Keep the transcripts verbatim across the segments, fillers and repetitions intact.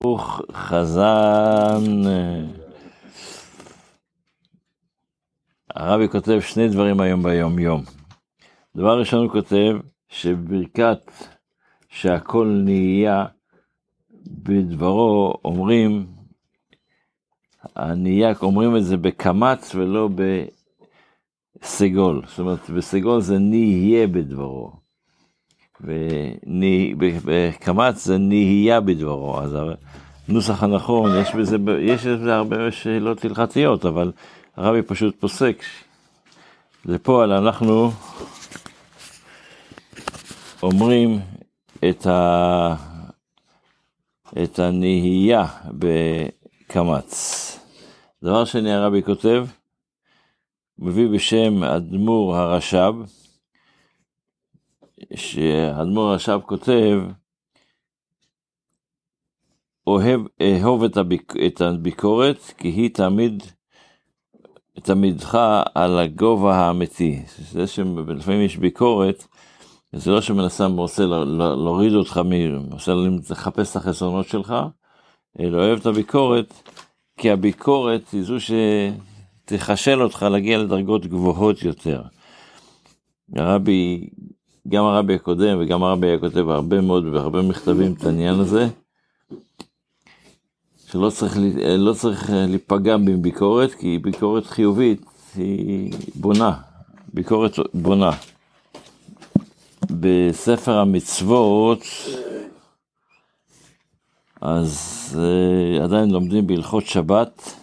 ברוך חזן. הרבי כותב שני דברים היום ביום יום. דבר ראשון הוא כותב שברכת שהכל נהיה בדברו, אומרים, הנהיה, אומרים את זה בקמץ ולא בסגול. זאת אומרת, בסגול זה נהיה בדברו. ובקמץ זה נהיה בדברו. אז הנוסח הנכון, יש בזה, יש בזה הרבה שאלות הלכתיות, אבל הרבי פשוט פוסק. לפועל אנחנו אומרים את ה... את הנהיה בקמץ. דבר שני הרבי כותב, מביא בשם אדמו"ר הרש"ב, שאדמו"ר הרש"ב כותב, אוהב, אהוב את, הביק, את הביקורת, כי היא תמיד, תמידך על הגובה האמיתי. זה שלפעמים יש ביקורת, זה לא שמנסה רוצה להוריד אותך, רוצה לחפש את החסרונות שלך, אלא אוהב את הביקורת, כי הביקורת היא זו שתחשל אותך להגיע לדרגות גבוהות יותר. הרבי, גם הרבי הקודם וגם הרבי הכותב הרבה מאוד והרבה מכתבים את העניין הזה, שלא צריך, לא צריך להיפגע בביקורת, כי ביקורת חיובית היא בונה, ביקורת בונה. בספר המצוות, אז uh, עדיין לומדים בהלכות שבת,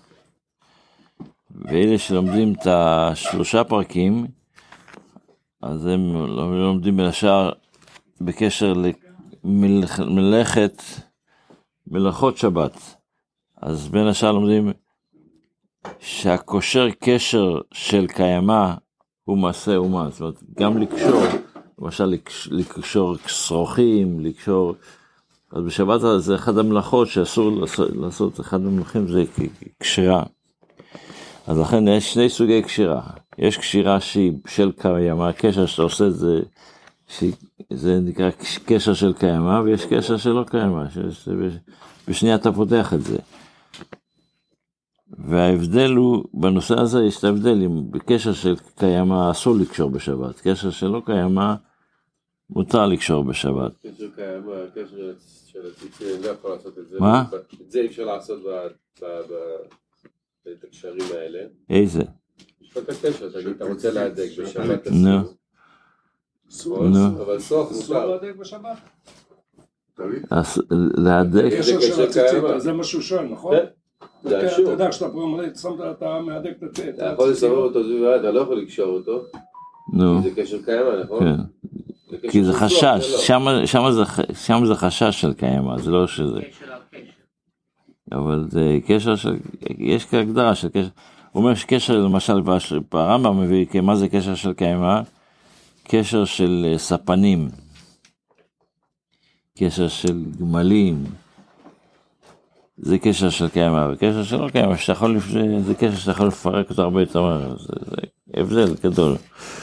ואלה שלומדים את השלושה פרקים, אז הם לומדים בין השאר בקשר למלאכת, מלאכות שבת. אז בין השאר לומדים שהקושר קשר של קיימה הוא מעשה אומה, זאת אומרת, גם לקשור, למשל לקשור שרוכים, לקשור, אז בשבת זה אחד המלאכות שאסור לעשות, לעשות אחד המלאכים זה קשירה. אז לכן יש שני סוגי קשירה, יש קשירה שהיא של קיימה, הקשר שאתה עושה זה, זה נקרא קשר של קיימה, ויש קשר שלא קיימה, בשנייה אתה פותח את זה. וההבדל הוא, בנושא הזה יש את ההבדל, אם בקשר של קיימה אסור לקשור בשבת, קשר שלא קיימה מותר לקשור בשבת. קשר קיימה, קשר של הציצים, לא יכול לעשות את זה. מה? את זה אפשר לעשות בתקשרים האלה. איזה? יש לך קשר, תגיד, אתה רוצה להדק בשבת. נו. נו. אבל סוף מותר. אסור להדק בשבת? להדק? קשר של הציצית, זה מה שהוא שואל, נכון? זה אתה יודע, כשאתה פה שמת, אתה מהדק את הציצית. אתה יכול לסובב אותו סביבה, אתה לא יכול לקשור אותו. נו. זה קשר קיימה, נכון? כן. כי זה חשש, שם זה חשש של קיימה, זה לא שזה. אבל זה קשר של, יש כהגדרה של קשר, הוא אומר שקשר למשל, ברמב"ם מביא, מה זה קשר של קיימה? קשר של ספנים, קשר של גמלים, זה קשר של קיימה, וקשר שלא קיימה, שאתה יכול, זה קשר שאתה יכול לפרק אותו הרבה יותר, זה, זה הבדל גדול.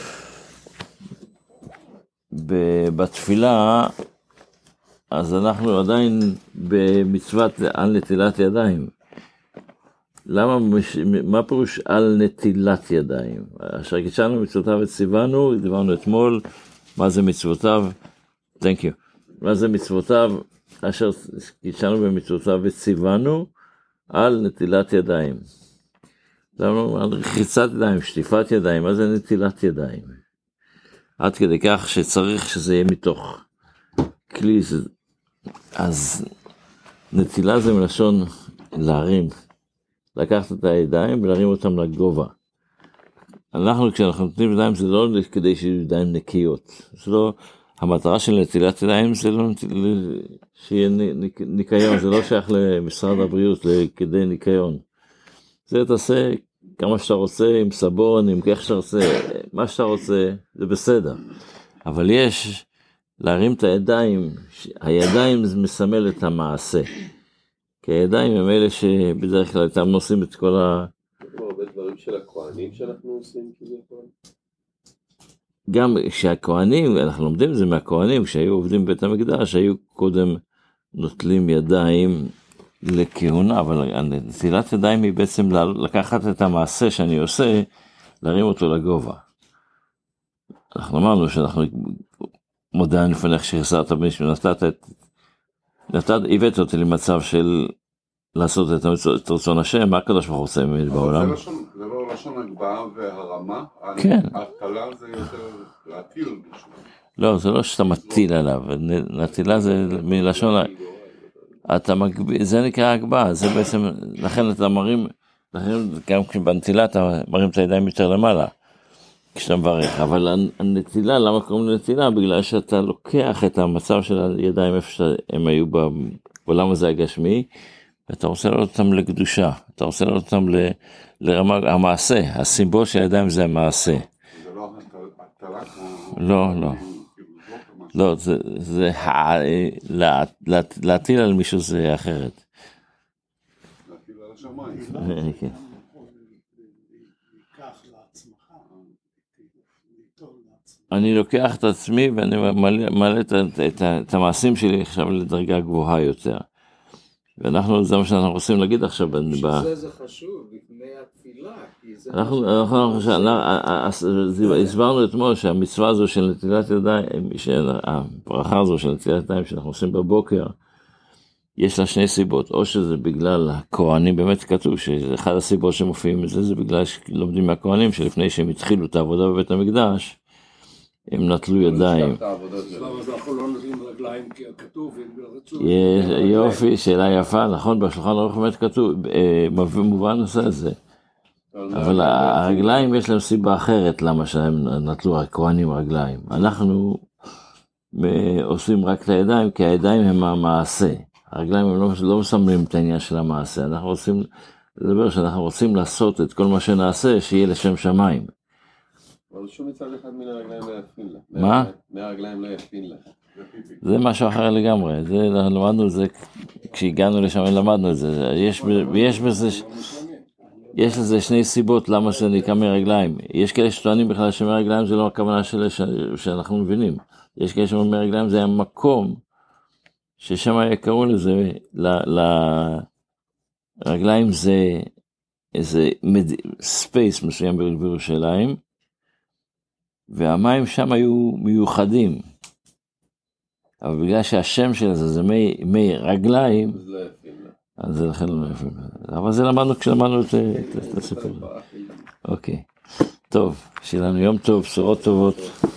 בתפילה, אז אנחנו עדיין במצוות על נטילת ידיים. למה, מה פירוש על נטילת ידיים? אשר קידשנו מצוותיו וציוונו, דיברנו אתמול, מה זה מצוותיו? Thank you. מה זה מצוותיו? אשר קידשנו במצוותיו וציוונו, על נטילת ידיים. למה? על רחיצת ידיים, שטיפת ידיים, מה זה נטילת ידיים? עד כדי כך שצריך שזה יהיה מתוך כלי, אז נטילה זה מלשון להרים, לקחת את הידיים ולהרים אותם לגובה. אנחנו כשאנחנו נותנים ידיים זה לא כדי שיהיו ידיים נקיות, זה לא, המטרה של נטילת ידיים זה לא שיהיה ניקיון, זה לא שייך למשרד הבריאות כדי ניקיון. זה תעשה כמה שאתה רוצה, עם סבון, עם כך שאתה רוצה, מה שאתה רוצה, זה בסדר. אבל יש להרים את הידיים, הידיים זה מסמל את המעשה. כי הידיים הם אלה שבדרך כלל אתם עושים את כל ה... יש הרבה דברים של הכהנים שאנחנו עושים כזה כהן? גם כשהכהנים, אנחנו לומדים את זה מהכהנים, כשהיו עובדים בבית המקדש, היו קודם נוטלים ידיים לכהונה, אבל נטילת ידיים היא בעצם לקחת את המעשה שאני עושה, להרים אותו לגובה. אנחנו אמרנו שאנחנו מודעים לפניך שחסרת מישהו, נתת את, נתת, הבאת אותי למצב של לעשות את רצון השם, מה הקדוש ברוך הוא עושה בעולם? זה לא לשון הגבהה והרמה, כן. ההתקלה זה יותר להטיל מישהו. לא, זה לא שאתה מטיל עליו, נטילה זה מלשון, אתה מגביל, זה נקרא הגבהה, זה בעצם, לכן אתה מרים, לכן גם כשבנטילה אתה מרים את הידיים יותר למעלה, כשאתה מברך, אבל הנטילה, למה קוראים לנטילה? בגלל שאתה לוקח את המצב של הידיים איפה שהם היו בעולם הזה הגשמי, ואתה רוצה לעלות אותם לקדושה, אתה רוצה לעלות אותם לרמה, המעשה, הסימבול של הידיים זה המעשה. זה לא התקלה כמו... לא, לא. לא, זה, זה, לה, לה, להטיל על מישהו זה אחרת. להטיל על השמיים. כן. אני לוקח את עצמי ואני מעלה את, את, את המעשים שלי עכשיו לדרגה גבוהה יותר. ואנחנו, זה מה שאנחנו רוצים להגיד עכשיו. שזה זה חשוב, לפני התפילה. אנחנו, אנחנו, הסברנו אתמול שהמצווה הזו של נטילת ידיים, הברכה הזו של נטילת ידיים שאנחנו עושים בבוקר, יש לה שני סיבות, או שזה בגלל הכהנים, באמת כתוב שאחד הסיבות שמופיעים בזה, זה בגלל שלומדים מהכהנים, שלפני שהם התחילו את העבודה בבית המקדש, הם נטלו ידיים. אז אנחנו לא נטלים רגליים כי הכתוב, יופי, שאלה יפה, נכון, בשולחן ערוך באמת כתוב, מובן נושא הזה. אבל הרגליים יש להם סיבה אחרת למה שהם נטלו הכהנים רגליים. אנחנו עושים רק את הידיים, כי הידיים הם המעשה. הרגליים הם לא, לא מסמלים את העניין של המעשה. אנחנו רוצים לדבר שאנחנו רוצים לעשות את כל מה שנעשה, שיהיה לשם שמיים. אבל שום מצד אחד מן הרגליים לא יפין לה. מה? מהרגליים לא יפין לה. זה משהו אחר לגמרי. זה, למדנו את זה, כשהגענו לשם למדנו את זה. יש, יש בזה... יש לזה שני סיבות למה זה נקרא מרגליים. יש כאלה שטוענים בכלל שמרגליים זה לא הכוונה של, שאנחנו מבינים. יש כאלה שאומרים מרגליים זה המקום ששם יקראו לזה, לרגליים זה איזה ספייס מסוים בירושלים, והמים שם היו מיוחדים. אבל בגלל שהשם של זה זה מי, מי רגליים, אז לא יפין לה. אז זה לכן לא יפין. אבל זה למדנו כשלמדנו את, את, את הסיפור. אוקיי. טוב, שיהיה לנו יום טוב, בשורות טובות.